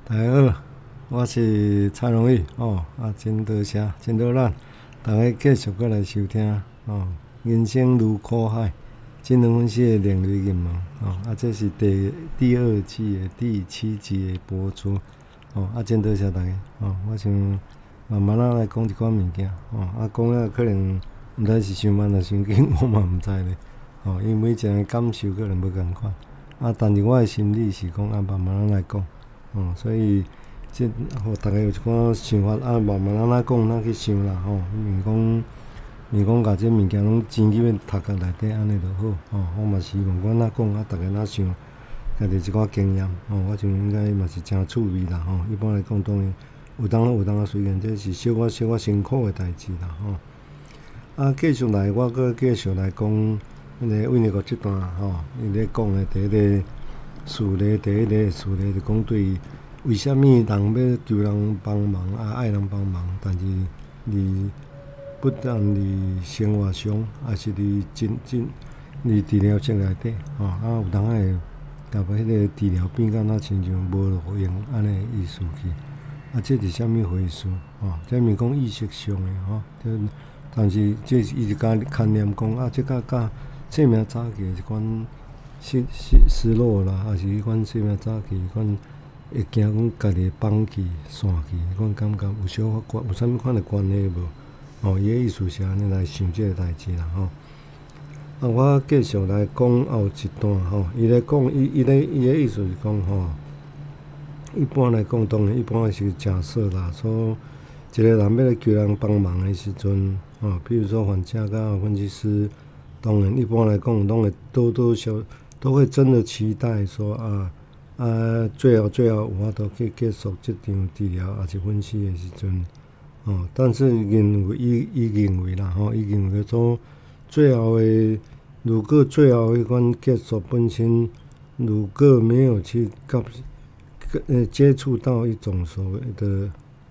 大家好，我是蔡荣宇真多谢，真多咱大家继续过来收听人生如苦海，精神分析的另类入门这是第二季的第7集的播出真多谢大家我想慢慢来讲一寡物件讲了可能毋知是伤慢还是伤紧，我嘛毋知咧因为每一个人感受可能无共款但是我的心理是讲慢慢来讲所以即互大家有一寡想法慢慢来讲，咱去想啦毋讲甲即物件拢钱入去头壳内底安尼就好我嘛是希望我讲大家想家己一寡经验我想应该嘛是真趣味啦一般来讲当然有当虽然这是小可辛苦的代志啦继续来我阁继续来讲迄个为那个即段伊咧讲的第一个事例就讲对为虾米人要求人帮忙爱人帮忙，但是你不但伫生活上，还是伫伫治疗室内底有当会甲迄个治疗变甲若亲像无路用安尼的意思去这是虾米回事这毋是讲意识上的但是这伊是甲牵念讲这甲生命早期一款失落啦，还是迄款生命早期迄款会惊讲家己放弃散去迄款感觉有啥物款的关系无伊的意思是安尼来想即个代志啦我继续来讲后一段伊咧讲伊的意思是讲一般来讲当然一般是假设啦说一个人要来求人帮忙的时阵比如说患者甲分析师当然一般来讲拢会都会真的期待说最后有法度去结束这场治疗还是分析的时阵但是伊认为啦伊认为说最后的如果最后迄款结束本身如果没有去接触到一种所谓的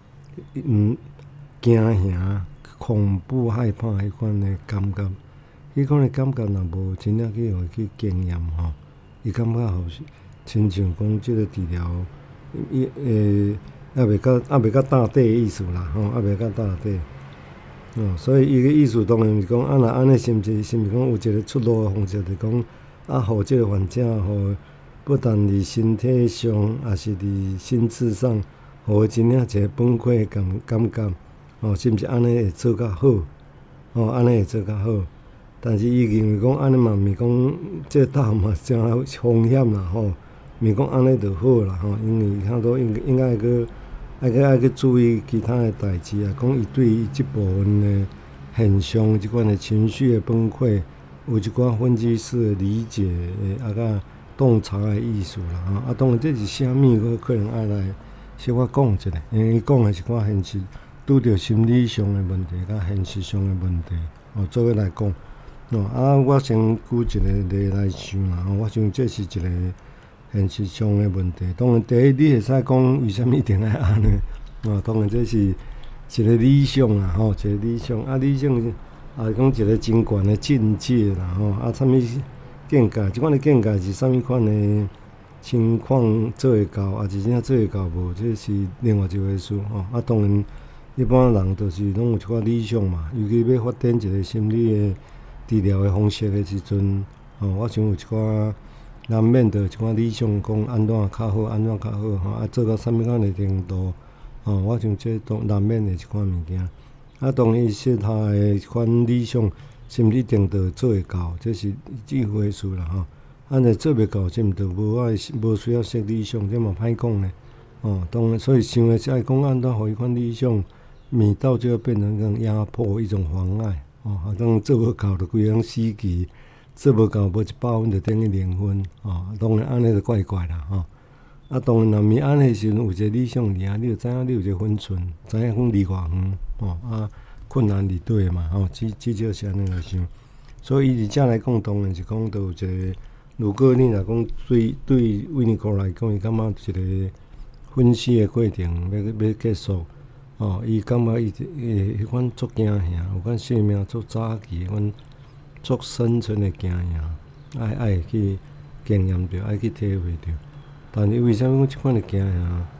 惊吓恐怖害怕迄款的感觉迄款的感觉若无真正去互伊去经验伊感觉好亲像讲即个治疗还袂到大底的意思啦还袂到大底所以伊个意思当然是讲若安尼是毋是讲有一个出路的方式，就是讲互即个患者不但伫身体上，也是伫心智上，互伊真正一个崩溃的感觉是毋是安尼会做较好安尼会做较好。但是伊认为讲安尼嘛毋是讲这搭嘛真风险啦毋是讲安尼就好啦因为他都应该爱去注意其他的代志讲伊对伊即部分的现象即款的情绪的崩溃有一寡分析师的理解甲洞察的意思啦当然这是啥物我可能爱来小可讲一下因为伊讲的是寡现实拄着心理上的问题甲现实上的问题做伙来讲我先举一个例来想啦我想这是一个现实上的问题。当然第一你会使讲为虾米一定爱安尼当然这是一个理想啦一个理想理想讲一个真悬的境界啦啥物境界即款的境界是啥物款的情况做会到还是真正做会到无这是另外一回事当然一般人就是拢有一寡理想嘛尤其要发展一个心理的治疗的方式的时阵我想有一寡难免的一寡理想讲安怎较好做到啥物款的程度我想这都难免的一款物件当然伊说他的一款理想是毋是一定就做会到这是一回事啦安尼做袂到是毋就无需要设理想这嘛歹讲咧当然所以想的是爱讲安怎互伊款理想到最后变成一种压迫一种妨碍好像做无到就规个人死去做无到无100分就等于0分当然安尼就怪怪啦当然若毋是安尼时阵有一个理想尔你就知影你有一个分寸知影讲离偌远困难伫对嘛至少是安尼来想所以伊伫遮来讲当然是讲都有一个如果你若讲对维尼哥来讲伊感觉一个分析的过程要结束伊感觉伊迄款足惊吓有款生命足早期迄款足深层的惊吓爱去经验着爱去体会着但是为啥物即款的惊吓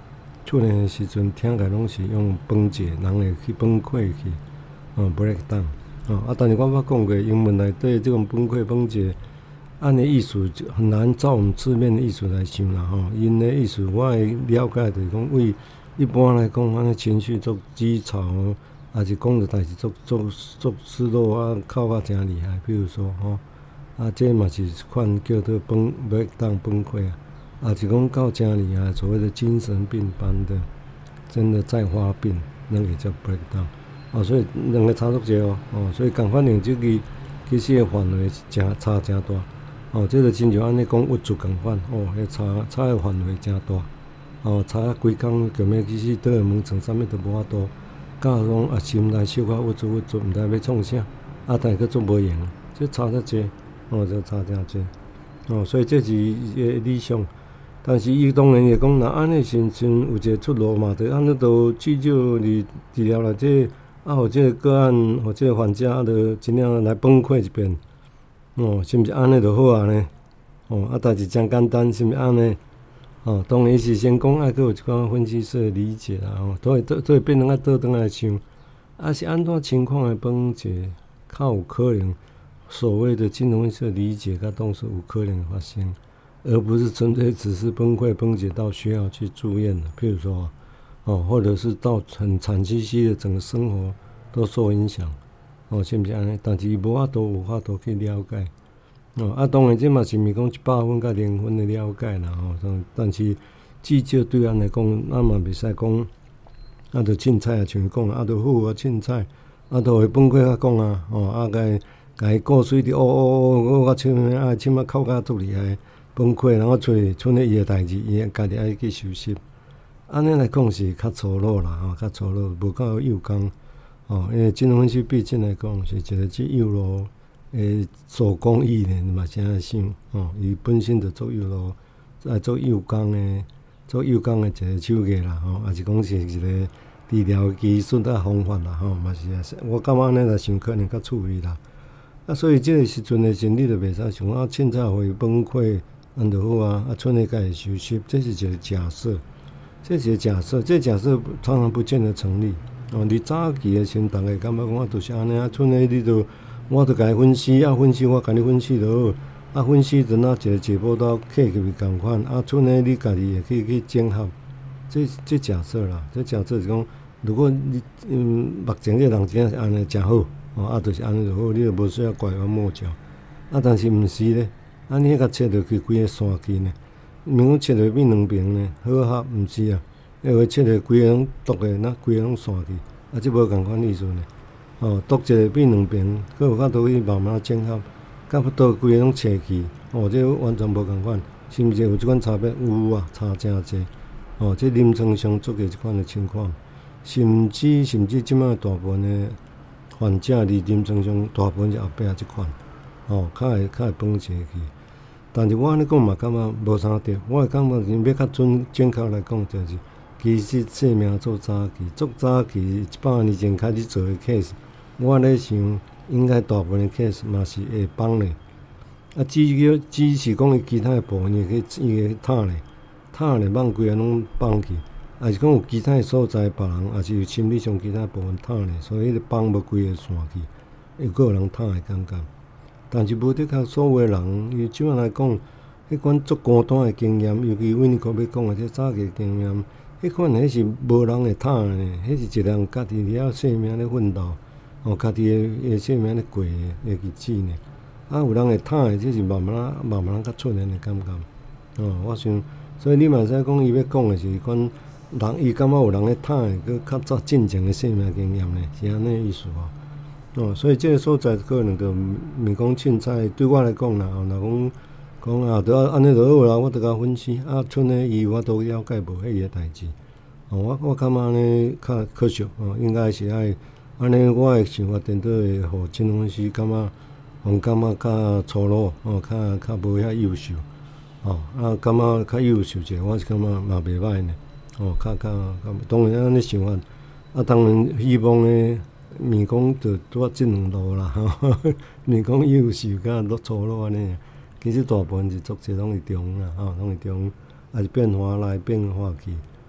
出现的时阵，听起来拢是用崩解，人会去崩溃去，break down。但是我捌讲过，英文内底这种崩溃、崩解，按的意思就很难照我们字面的意思来想啦。因的意思我会了解就是讲，为一般来讲，安尼情绪足低潮，还是讲着代志足失落啊，哭啊真厉害。比如说这嘛是款叫做break down 崩溃啊，也是讲到真厉害，所谓的精神病般的，真的在发病，那个叫 break down。所以两个差足济所以共款用即个其实个范围差真大这就亲像安尼讲郁卒共款迄差个范围真大差几工就要去倒个门床，啥物都无法度，甲讲心内小可郁卒，毋知要创啥，但是佫做无用，这差遮济这差真济所以这是伊个理想。但是伊当然会讲，若安尼先有一个出路嘛，就安尼都至少伫治疗内底。互即个个案，互即个患者，就真正来崩溃一遍，是毋是安尼就好啊呢？但是真简单，是毋是安尼？当然伊是先讲，佫有一寡分析师的理解啦，都会变成倒转来想，是安怎情况的崩解，较有可能所谓的精神分析的理解，甲当时有可能发生，而不是纯粹只是崩溃崩解到需要去住院的，譬如说。或者是到很惨兮兮的整个生活都受影响，是毋是安尼？但是伊无法度有法度去了解，当然这嘛是毋是讲100分甲0分的了解啦，但是至少对咱来讲，咱嘛袂使讲，就凊彩像伊讲就好凊彩，就会崩溃讲甲伊告诉伊我手哭甲足厉害，崩溃，然后出咧伊的代志，伊家己爱去收拾。安尼来讲是较粗鲁啦，较粗鲁，无够有功因为精神分析毕竟来讲是一个去有路诶做公益呢，嘛是安尼想伊本身就做有路，做有功诶一个手艺啦也是讲是一个治疗技术啊方法啦嘛是我感觉安尼来想可能较趣味啦。所以即个时阵诶心理就袂使想凊彩互伊崩溃，安就好剩下家己休息，这是一个假设。这是假设，这假设常常不见得成立。你早期的时候，大家感觉讲就是安尼剩下你就我就甲伊分析分析我甲你分析就好。分析阵一个解剖刀刻去共款剩下你家己会去整合。这假设啦，这假设是讲，如果你目前这人真是安尼真好就是安尼就好，你就无需要拐弯抹角。但是毋是咧，你迄个切落去规个线去呢？毋讲切落变两边呢，好合毋是啊？因为切落规个拢剁诶，规个拢散去，即无共款意思呢。剁一个变两边，佫有法度去慢慢整合，甲不倒规个拢切去，这完全无共款，是毋是有即款差别？有差真济。这临床上做过即款诶情况，甚至即摆大部分诶患者伫临床上大部分是后壁即款，较会崩解去。但是我安尼讲嘛，感觉无啥对。我会感觉要较准确来讲，就是其实生命做早期100年前开始做的 case， 我咧想应该大部分的 case 嘛是会帮咧。只是讲伊其他的部分伊会塌咧，放规个拢放去，还是讲有其他的所在别人，还是有心理上其他部分塌咧，所以迄个放无规个线去，佫有人塌的感觉。但是无的确，所有的人，伊即摆来讲，迄款足孤单的经验，尤其维尼科要讲的这早期经验，迄款迄是无人会塌的呢，迄是一个人家己了生命咧奋斗，家己的生命咧过的日子呢。有人会塌的，这是慢慢较出现的感觉。我想，所以你嘛使讲，伊要讲的是款人，伊感觉有人咧塌的，佮较早进前的生命经验呢，是安尼意思所以这个所在可能就毋讲凊彩，对我来讲啦，若讲就安尼就好啦，我就甲分析剩下伊我都了解无迄个代志。我感觉安尼较可惜应该是爱安尼，我的想法颠倒会互精神分析感觉较粗鲁较无遐优秀感觉较优秀者，我是感觉嘛袂歹呢较当然安尼想法当然希望呢。毋讲就拄即两路啦毋讲优秀甲粗鲁安尼，其实大部分是作者拢是中啦拢是中，也是变化来变化去。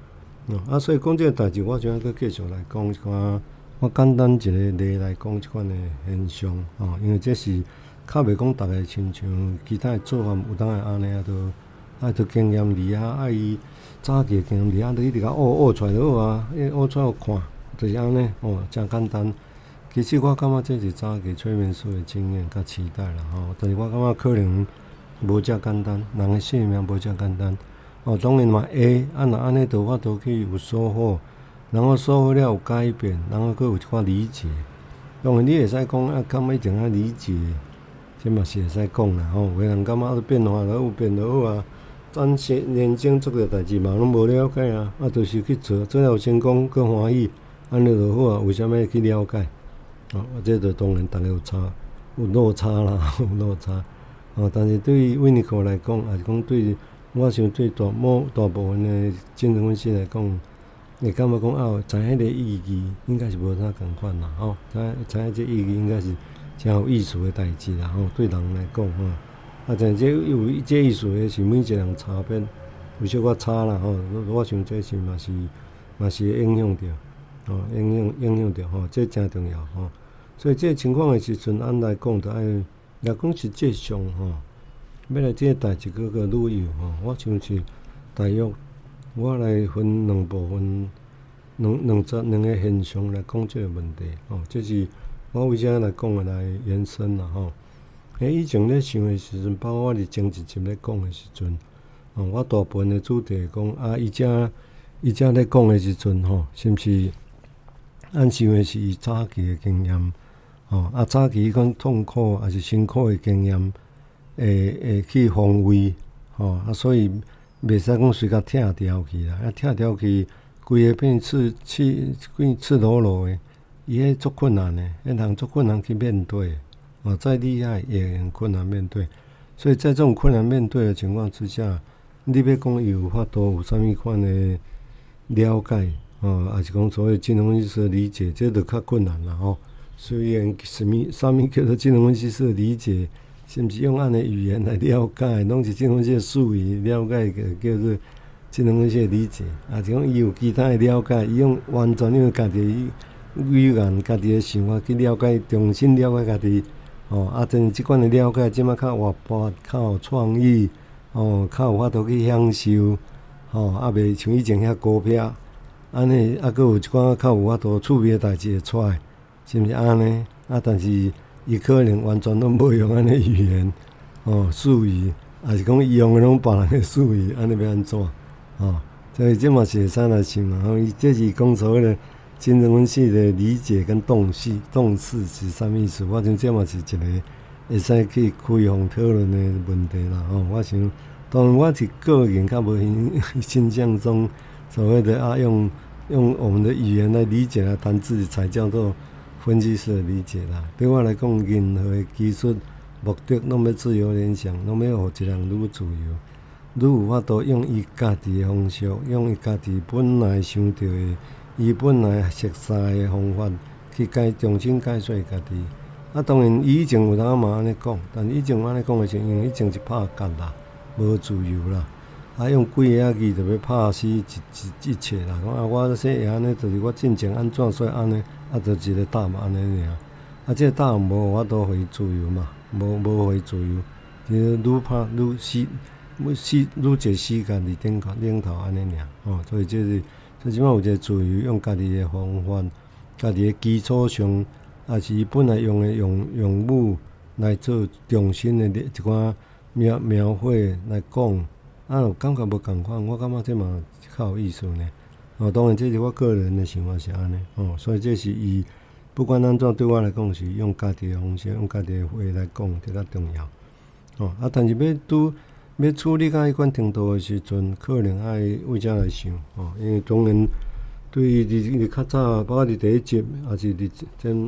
所以讲即个代志，我想要继续来讲一寡，我简单一个例来讲即款的现象因为这是较袂讲逐个亲像其他的做法有当会安尼都经验厉害，伊早期经验厉害，就一直甲学出来就好啊，学出来看，就是安尼真简单。其实我感觉这是早期催眠术的经验甲期待啦但是我感觉可能无遮简单，人的性命无遮简单当然嘛会若安尼就法度去有收获，然后收获了有改变，然后佫有一寡理解。当然你会使讲敢一定理解，这嘛是会使讲啦有的人感觉变化了有变就好啊。咱认真做个代志嘛，拢无了解就是去做了有成功佫欢喜，安尼就好啊。为虾米去了解？这就当然逐个有落差啦，有落差但是对于维尼科来讲，也是讲对，我想对大部分的精神分析来讲，会感觉讲知影迄个意义，应该是无啥共款啦知影这意义应该是真有意思的代志啦对人来讲但是这有这意思的是每一个人差别有小可差啦我想这是嘛是会影响着影响着这真重要所以这情况的时阵，咱来讲就若讲实际上要来这个代志个旅游我想是大约我来分两部分，两个现象来讲这个问题这是我为啥来讲来延伸啦以前咧想的时阵，包括我伫前一集咧讲的时阵我大部分的主题讲伊遮咧讲的时阵是毋是按想的是伊早期的经验早期讲痛苦还是辛苦的经验会去防卫所以袂使讲随甲拆掉去啦，拆掉去规个变赤裸裸的，伊迄足困难的，迄人足困难去面对再厉害也很困难面对。所以在这种困难面对的情况之下，你要讲伊有法度有啥物款的了解还是讲所谓精神分析师的理解，这就较困难啦虽然啥物叫做精神分析师的理解，是毋是用按的语言来了解，拢是精神分析的术语了解叫做精神分析的理解，是讲伊有其他的了解，伊用完全用家己语言、家己的想法去了解，重新了解家己真即款的了解，即摆较活泼、较有创意较有法度去享受袂像以前遐孤僻安尼，佫有一寡较有法度趣味的代志会出来，是毋是安尼但是伊可能完全拢无用安尼语言术语，还是讲伊用的拢别人的术语，安尼要安怎所以这嘛是会使来想伊这是讲所谓的精神分析的理解跟洞视是啥物意思？我想这嘛是一个会使去开放讨论的问题啦我想，当然我是个人较无形象中所谓的用我们的语言来理解来谈字才叫做分析师的理解啦。对我来讲，任何的技术目的拢要自由联想，拢要互一个人愈自由，愈有法度用伊家己的方式，用伊家己本来想到的，伊本来熟悉的方法去重新解说家己。当然，伊以前有当嘛安尼讲，但以前安尼讲的是因为以前是拍夹啦，无自由啦。用几个字就要拍死一切啦！讲我说会安尼，就是我进前安怎说安尼，就是一个答案安尼尔。这个答案无法度互伊自由嘛，无互伊自由，就是愈拍愈死，愈济时间伫顶头安尼尔。所以即摆有一个自由，用家己的方法，家己的基础上，也是伊本来用的用语来做重新的一寡描绘来讲。有感觉无共款，我感觉这嘛较有意思呢。当然这是我个人的想法是安尼所以这是伊不管安怎对我来讲是用家己的方式，用家己的话来讲，这较重要但是要处理到迄款程度的时阵，可能爱为遮来想因为当然对于你较早，包括伫第一集，还是伫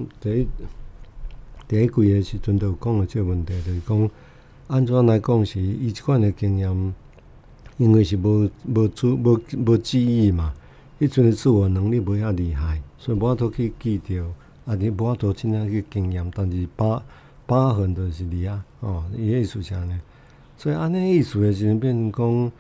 第一季的时阵，就有讲过这个问题，就是讲安怎来讲是伊即款的经验。因为是无记忆嘛，迄阵的自我能力无遐厉害，所以无法度去记着，你无法度真正去经验，但是把痕就是伫伊意思是安尼。所以安尼意思的时阵变成讲，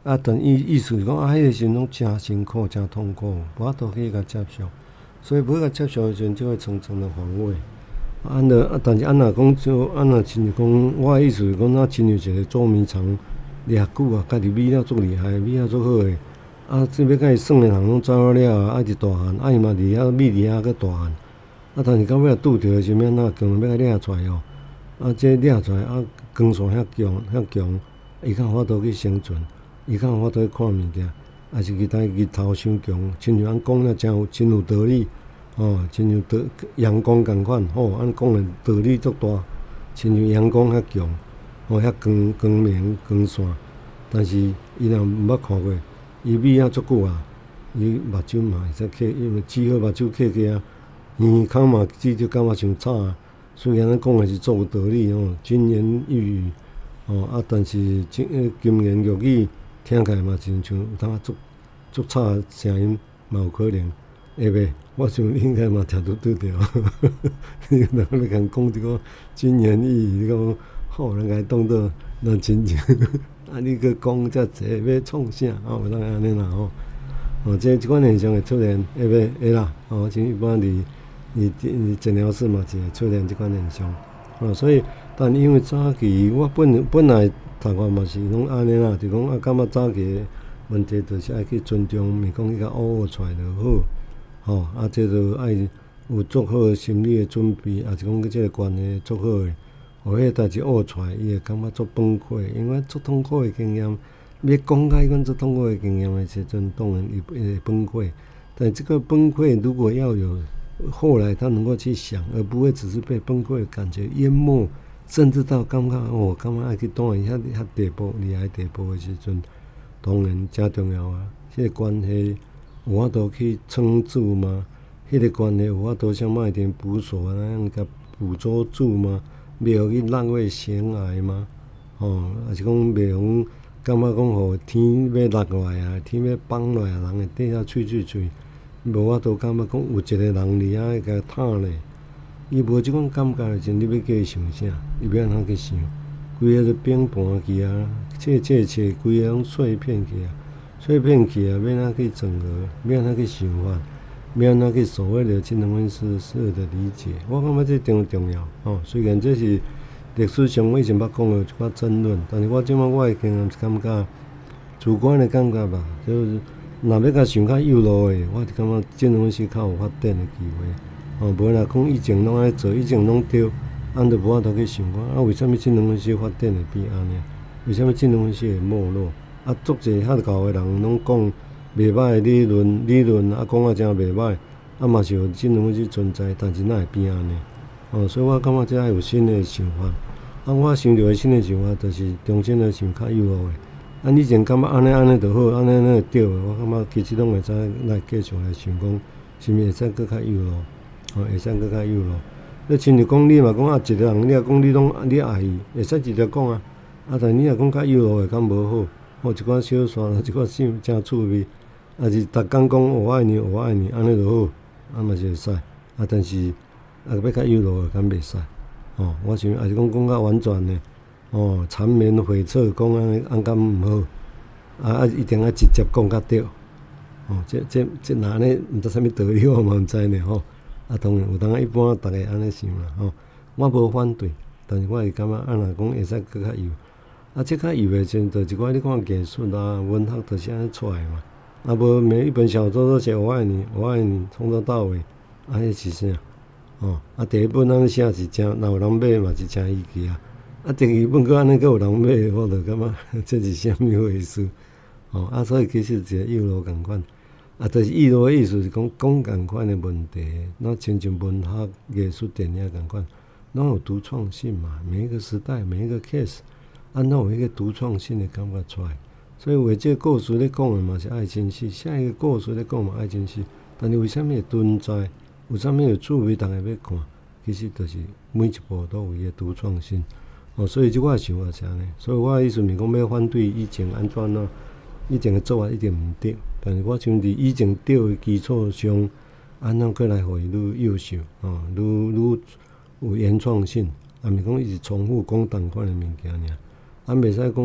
啊，但意思是讲啊，迄个时阵拢诚辛苦、诚痛苦，无法度去甲接受，所以无甲接受的时阵，就会层层的防卫。但是若讲就若亲像讲，我的意思是讲，咱亲像一个捉迷藏掠久啊，家己米了足厉害，米了足好诶。啊，即要甲伊耍诶人拢走了啊，一大汉，啊伊嘛伫遐米伫遐佫大汉。啊，但是到尾拄着诶时阵，哪强要甲掠出来哦？啊，这掠出来啊，光线遐强，伊较有法度去生存，伊较有法度去看物件，啊是其他日头伤强，亲像咱讲了真有道理。亲像阳光共款，按讲诶道理足大，亲像阳光较强，遐光明光线，但是伊若毋捌看过，伊米啊足久啊，伊目睭嘛会使刻，因为只好目睭刻刻啊，耳孔嘛只就感觉伤差啊。虽然咱讲诶是足有道理金言玉语但是金言玉语听起来嘛，亲像有当足差诶声音嘛有可能，会袂？我想你应该嘛听拄着，你若咧共讲一个金言玉语，你讲人家当作那真正你佮讲遮济要创啥袂当安尼啦即款现象会出现，会啦像一般你诊疗室嘛是会出现即款现象所以但因为早期我本来读法嘛是拢安尼啦，就讲感觉早期问题就是爱去尊重，毋是讲伊甲学出来就好这就爱有足好诶心理诶准备，也是讲即个关系足好诶，互迄个代志学出来，伊会感觉足崩溃，因为足痛苦诶经验，要讲甲迄款足痛苦诶经验诶时阵，当然伊会崩溃。但这个崩溃如果要有后来他能够去想，而不会只是被崩溃的感觉淹没，甚至到感觉感觉爱去当然遐地步厉害地步诶时阵，当然真重要啊。迄个关系有法度去撑住吗？迄个关系有法度像麦田捕手那样甲捕捉住吗？袂互去浪费生涯吗？还是讲袂用感觉讲天要落来啊，天要崩落来，人会底下喙，无法度感觉讲有一个人伫遐甲躺咧。伊无即款感觉的时阵，你要叫伊想啥？伊要安怎去想？规个都变盘去啊，切，规个拢碎片去啊。碎片去啊，要哪去整合？要哪去想法？要哪去所谓的精神分析师的理解？我感觉这重要虽然这是历史上我以前捌讲的一寡争论，但是我即摆我的经验是感觉主观的感觉吧，就是若要甲想较有路的，我就感觉精神分析较有发展的机会无若讲以前拢爱做，以前拢对，按就无法度去想看为什么精神分析发展会变安尼？为什么精神分析会没落？足侪遐高的人拢讲袂歹的理论讲啊真袂歹，嘛是有精神分析存在，但是哪会变安尼？所以我感觉这爱有新的想法。我想到的新的想法，就是重新来想较有路的。以前感觉安尼就好，安尼就对的。我感觉其实拢会使来继续来想讲，是毋是会使搁较有路？会使搁较有路。你亲像讲你嘛讲一个人，你若讲你爱伊，会使直接讲啊。但你若讲较有路的，敢无好？一寡小说，一寡戏真趣味，是逐工讲我爱你，安尼就好，嘛是会使。但是要较有路的，敢袂使。我想也是讲较婉转的，缠绵悱恻，讲安敢毋好？一定要直接讲较对。这哪呢？毋知啥物道理，我嘛毋知呢当然有当一般逐个安尼想啦我无反对，但是我是感觉若讲会使搁较有。这较有诶，阵，就一寡你看艺术啊、文学，就是安尼出来嘛。无每一本小说都写我爱你，从头到尾，迄是啥？第一本安尼写是真，若有人买嘛是真义气啊。第二本搁安尼搁有人买，我就感觉这是啥物回事？所以其实是一个有路共款。就是有路诶意思是讲共款诶问题，那亲像文学、艺术、电影共款，拢有独创性嘛。每一个时代，每一个 case。那有迄个独创性的感觉出来，所以为这个故事咧讲的嘛是爱情戏，下一个故事咧讲嘛爱情戏，但是为什么会存在？为什么有趣味？大家要看，其实就是每一部都有伊个独创性所以即我想法是安尼，所以我的意思毋是讲要反对以前安怎以前的做法一定毋对，但是我想伫以前对的基础上，安怎过来互伊愈优秀愈有原创性，毋是讲一直重复讲同款的物件尔。袂使讲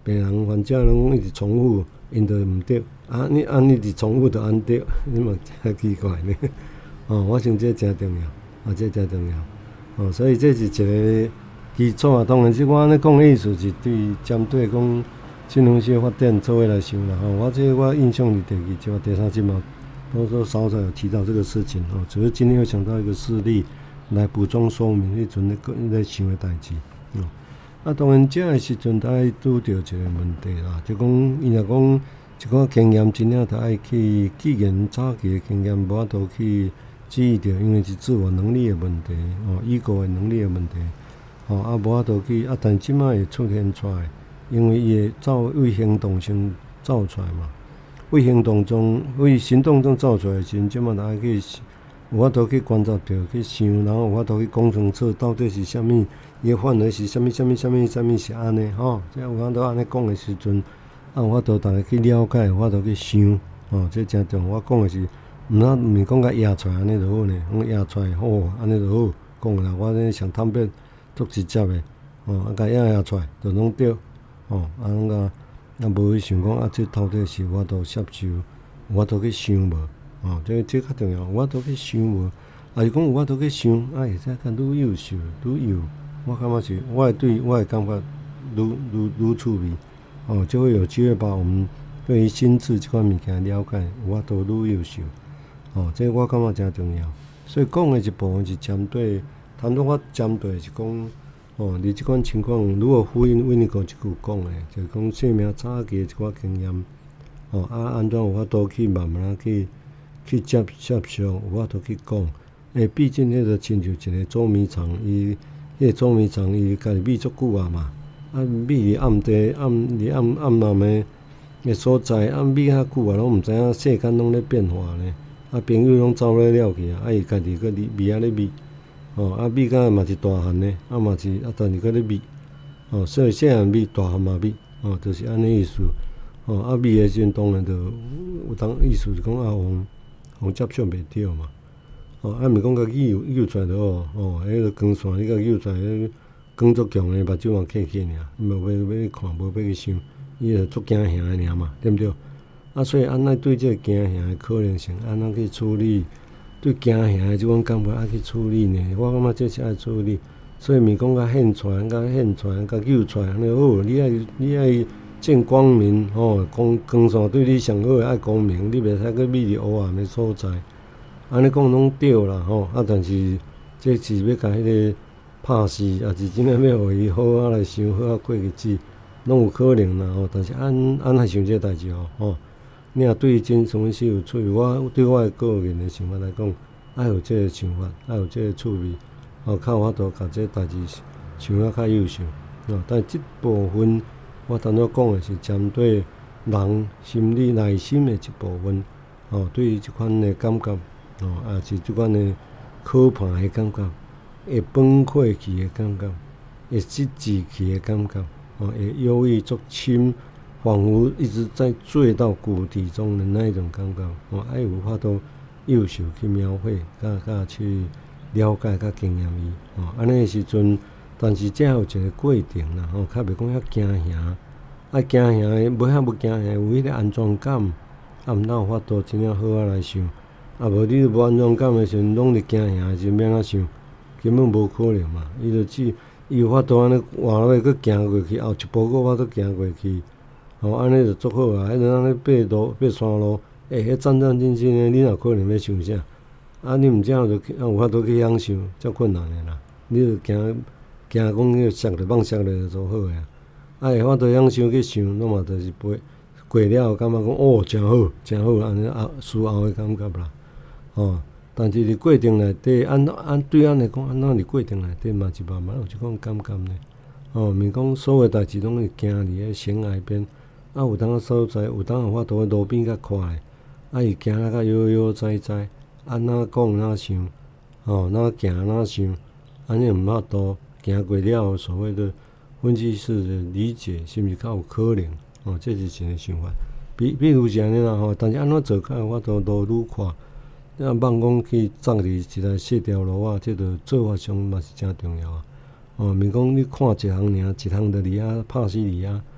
病人患者拢一直重复，因就毋对。你一直重复就安对，你嘛真奇怪呢。我想这真重要，这真重要。所以这是一个基础啊。当然是我安尼讲的意思是针对讲新农系发展做伙来想啦。我印象里第2集或第3集嘛，都稍稍有提到这个事情。只是今天又想到一个事例来补充说明迄阵咧想的代志。当然这个时阵，爱拄着一个问题啦，就讲伊若讲一寡经验，真正着爱去，既然早期的经验无法度去记忆着，因为是自我能力的问题，ego 的能力的问题，无法度去，但即摆会出现出来，因为伊会为行动先走出来嘛，为行动中走出来的时阵，即摆着爱去有法度去观察着，去想，然后有法度去讲清楚到底是啥物。伊诶范围是啥物是安尼即有法度安尼讲诶时阵，有法度逐个去了解，有法度去想，这真重要。我讲诶是，毋是讲甲压出来安尼就好呢，讲压出来好，安尼就好讲啦。我这上坦白，足直接诶，甲压出来就拢对，拢甲无去想讲这到底是有法度接受，有法度去想无，这较重要，有法度去想无，是讲有法度去想，会使较愈优秀愈有。我感觉是，我的感觉愈趣味，就会有机会把我们对于心智这款物件了解，有法度愈优秀，这我感觉真重要。所以讲的一部分是针对，谈到我针对是讲，你这款情况如果呼应温尼哥一句讲的，就是讲生命早期的一寡经验，安怎有法度去慢慢去接受，有法度去讲，毕竟迄个亲像一个捉迷藏伊。迄个捉迷藏，伊家己秘足久啊嘛，秘伫暗地、暗暗的所在，秘较久啊，拢毋知影世间拢咧变化呢。朋友拢走咧了去伊家己搁秘咧秘，秘甲嘛是大汉呢，嘛是但是搁咧秘，所以细汉秘，大汉嘛秘，就是安尼意思。秘的时阵当然就有当意思是讲互接受袂着嘛。毋是讲甲扭出来就好，迄个光线你甲扭出来，光足强诶，目睭嘛刻刻尔，无要看，无要去想，伊就足惊吓诶尔嘛，对毋对？所以安怎对这个惊吓诶可能性，安怎去处理？对惊吓诶即款感觉爱去处理呢？我感觉这是爱处理，所以毋是讲甲现出来，甲扭出来安尼好。你爱见光明，光线对你上好诶，爱光明，你袂使去秘伫黑暗诶所在。安尼讲拢对啦，但是这是要甲迄个拍死，也是真诶要互伊好来想，好过日子，拢有可能啦。但是安来想这代志你若对真什么事有趣味，我对我诶个人诶想法来讲，爱有这个想法，爱有这个趣味，较有法度甲这代志想啊较优秀。但即部分我当初讲诶是针对人心理内心诶一部分，对于即款诶感觉。也是即款诶可怕诶感觉，会崩溃去诶感觉，会失志去诶感觉，会忧郁作深，仿佛一直在坠到谷底中的那一种感觉，爱有法度优秀去描绘，甲去了解甲经验伊，安尼诶时阵，但是这有一个过程啦，较袂讲遐惊吓，惊吓诶，无遐无惊吓，有迄个安全感，毋哪有法度真正好来想。无你无安全感诶时阵，拢伫惊吓诶时阵，要安怎想？根本无可能嘛！伊有法度安尼换落来，佫行过去，后一步佫法度行过去，安尼就足好啊！迄阵安尼爬山路，迄战战兢兢诶，你哪可能要想啥？你毋正就有法度去享受，遮困难诶啦！你就惊讲迄摔着放摔着就好诶啊！会法度享受去想，拢嘛就是过了，感觉讲真好，安尼事后诶感觉啦。但是伫过程内底，对咱来讲，安怎伫过程内底嘛是慢慢有即款感觉呢？毋是讲所有代志拢会行伫迄悬崖边，有当所在，有当有法度路边较快，伊行较悠悠哉哉，安怎讲哪想，哪行哪想，安尼毋法度行过了所谓的分析式的理解，是毋是较有可能？这是一个想法。比如是安尼啦，但是安怎做较有法度路愈宽？放讲去走伫一条细条路啊，这着做法上嘛是真重要啊。毋是讲你看一项尔，一项就伫遐拍死伫遐，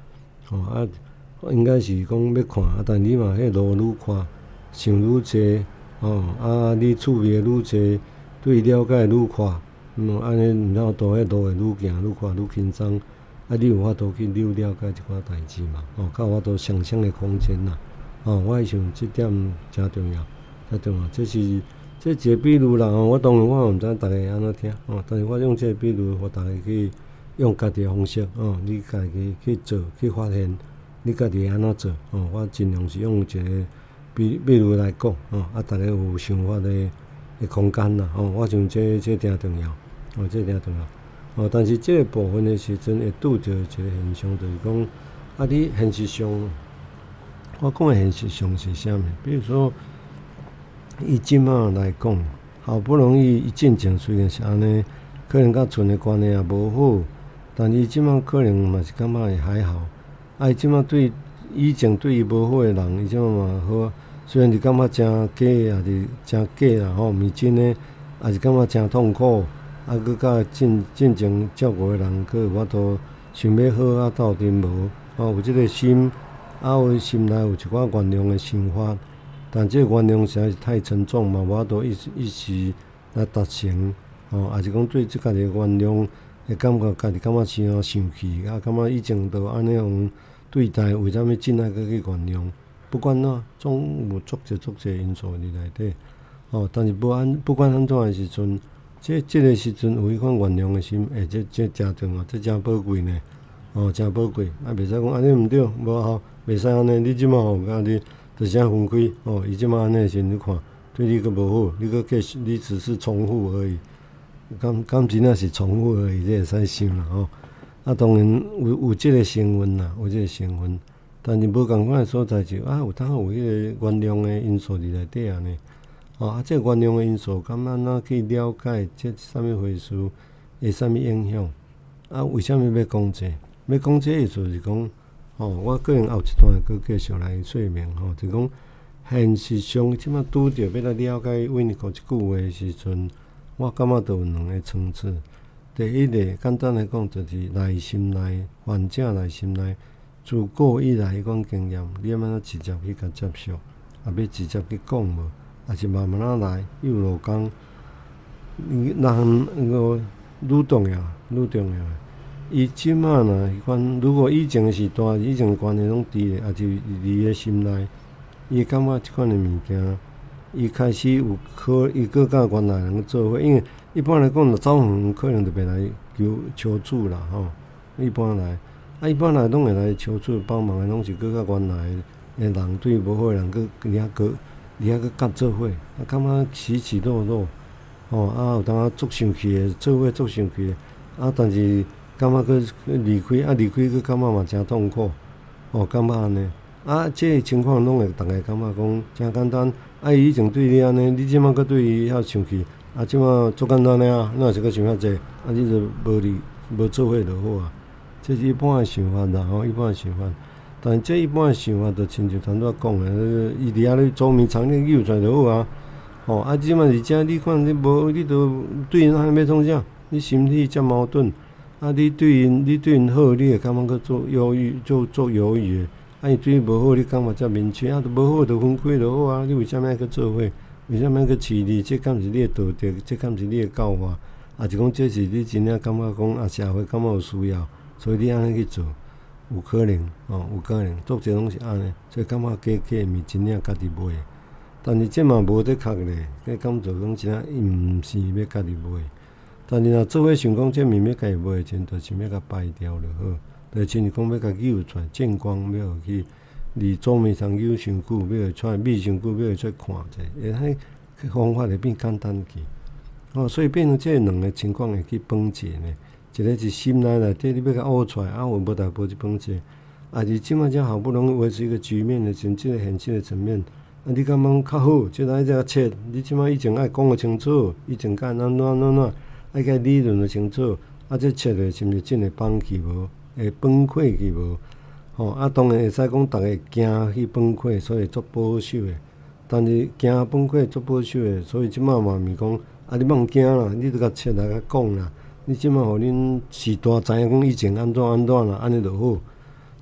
应该是讲要看，但你嘛迄路愈看，想愈济，你趣味愈济，对了解愈快，安尼然后到迄路会愈行愈快愈轻松，你有法度去了解一寡代志嘛，较有法度想象的空间啦，我想即点诚重要，诚重要，这一个比喻啦，我当然我毋知逐个安怎听，但是我用这个比喻，互逐个去用家己的方式，你家己去做去发现。你家己会安怎做？我尽量是用一个比喻来讲，逐个有想法的空间啦。我想这诚重要，这诚重要。但是这个部分的时阵会拄着一个现象，就是讲，你现实上，我讲的现实上是啥物？比如说，以即马来讲，好不容易伊进前虽然是安尼，可能甲厝的关系也无好，但伊即马可能嘛是感觉会还好。伊即马对以前对伊无好诶人，伊即马嘛好，虽然是感觉诚假，也是诚假啦毋是真诶，也是感觉诚痛苦。佮甲进前照顾诶人，佮有法度想要好斗阵无，有即个心，有心内有一寡原谅诶想法，但即个原谅实在是太沉重嘛，无法度一时来达成，也是讲对即家己诶原谅。会感觉家己感觉生气，感觉以前都安尼样对待，为虾物真爱去原谅？不管怎，总有足侪因素伫内底。但是不管安怎诶时阵，即个时阵有迄款原谅诶心，这诚重要，这诚宝贵呢。诚宝贵。袂使讲安尼毋对，无效，袂使安尼。你即马甲你就啥分开？伊即马安尼时，你看对你佫无好，你佫继续，你只是重复而已。敢真正是重复而已，这会使想啦当然有即个成分啦，有即个成分，但是无共款诶所在就有当有迄个原谅诶因素伫内底安尼。这个原谅诶因素，敢安怎去了解这啥物回事，会啥物影响？为虾物要讲这？要讲这意思是讲，我个人后一段佫继续来说明就是讲现实上即马拄着要来了解维尼口一句话诶时阵。我感觉都有两个层次。第一个简单来讲，就是内心内患者内心内自古以来迄款经验，你要安怎直接去甲接受，要直接去讲无，还是慢慢仔来，一路讲。人愈重要，愈重要。伊即马若迄款，如果以前的时代，以前的关系拢伫咧，也就伫伊的心内，伊感觉即款的物件。伊开始有伊佫甲原来人做伙，因为一般来讲，若走远可能就袂来求助啦，一般来，一般来拢会来求助帮忙的，拢是佫甲原来的人对无好的人佫佫甲做伙，感觉起起落落，有当啊足生气的，做伙足生气的，但是感觉佫离开，离开佫感觉嘛诚痛苦，感觉安尼，这个情况拢会逐个感觉讲诚简单。伊以前对你安尼，你即马佫对伊遐生气，即马足简单尔，你若是佫想遐济，你就无做伙就好啊。这是一般诶想法啦，一般诶想法。但是这一般诶想法，就亲像头拄仔讲诶，伊伫遐咧捉迷藏，你扭出来就好啊。即马是遮，你看你无，你都对因还要创啥？你心里遮矛盾，你对因好，你会感觉佫做犹豫，做犹豫诶。伊对你无好，你感觉遮明确，都无好就分开就好啊！你为虾物爱去做伙？为虾物爱去饲你？这敢毋是你诶道德？这敢毋是你诶教化？是讲这是你真正感觉讲社会感觉有需要，所以你安尼去做，有可能有可能，足侪拢是安尼，所以感觉假毋是真正家己买。但是这嘛无得确咧，这敢做讲真正伊毋是要家己买。但是若做伙想讲这物要家己买，真着想要甲掰掉就好。就亲像讲要甲揪出来，见光要去离左面上揪伤久，要会出来密伤久，要会出来看者，迄方法会变简单去。所以变成这两个情况会去分解呢。一个是心内底你要甲挖出来，有无代无去分解。是即摆才好不容易维持一个局面的时，即个现实的层面，你感觉较好，即个再切。你即摆以前爱讲个清楚，以前甲安怎，爱甲理论个清楚，这切的是毋是真会放弃无？会崩溃去无？当然会使讲逐个惊去崩溃，所以足保守诶。但是惊崩溃足保守诶，所以即摆嘛毋是讲你莫惊啦，你著甲切来甲讲啦。你即摆互恁时代知影讲以前安怎啦，安尼就好。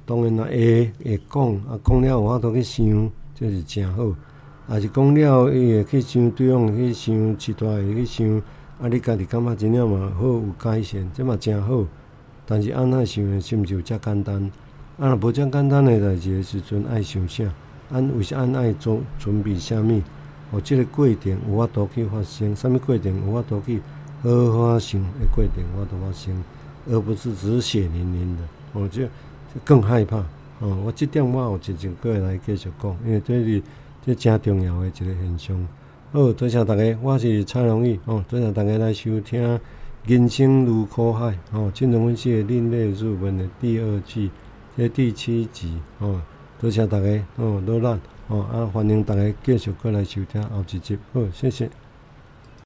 当然啦，会讲，讲了有法度去想，这是真好。也是讲了，伊会去想对方，去想其他会去想，你家己感觉真正嘛好有改善，这嘛真好。但是安那想的，是毋是有遮简单？若无遮简单的代志的时阵，爱想啥？为啥爱做准备啥物？即个过程有法度去发生，啥物过程有法度去好好发生的过程有法度发生，而不是只是血淋淋的。这更害怕。我即点我有真过来继续讲，因为这真重要的一个现象。好，多谢大家，我是蔡荣义。多谢大家来收听《人生如苦海》金融分析的另类入门的第2季，第7集。多谢大家，努力。欢迎大家继续过来收听后一集。好，谢谢。